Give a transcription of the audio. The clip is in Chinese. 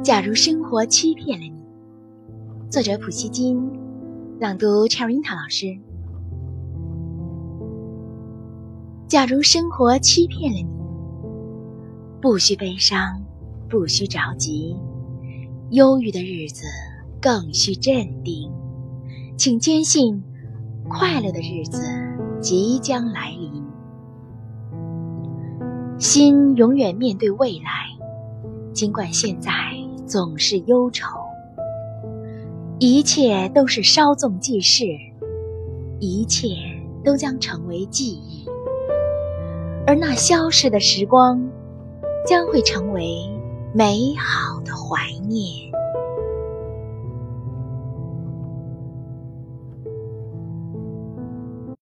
假如生活欺骗了你，作者普希金，朗读 Charinta 老师。假如生活欺骗了你，不需悲伤，不需着急，忧郁的日子更需镇定，请坚信快乐的日子即将来临。心永远面对未来，尽管现在总是忧愁，一切都是稍纵即逝，一切都将成为记忆，而那消逝的时光将会成为美好的怀念。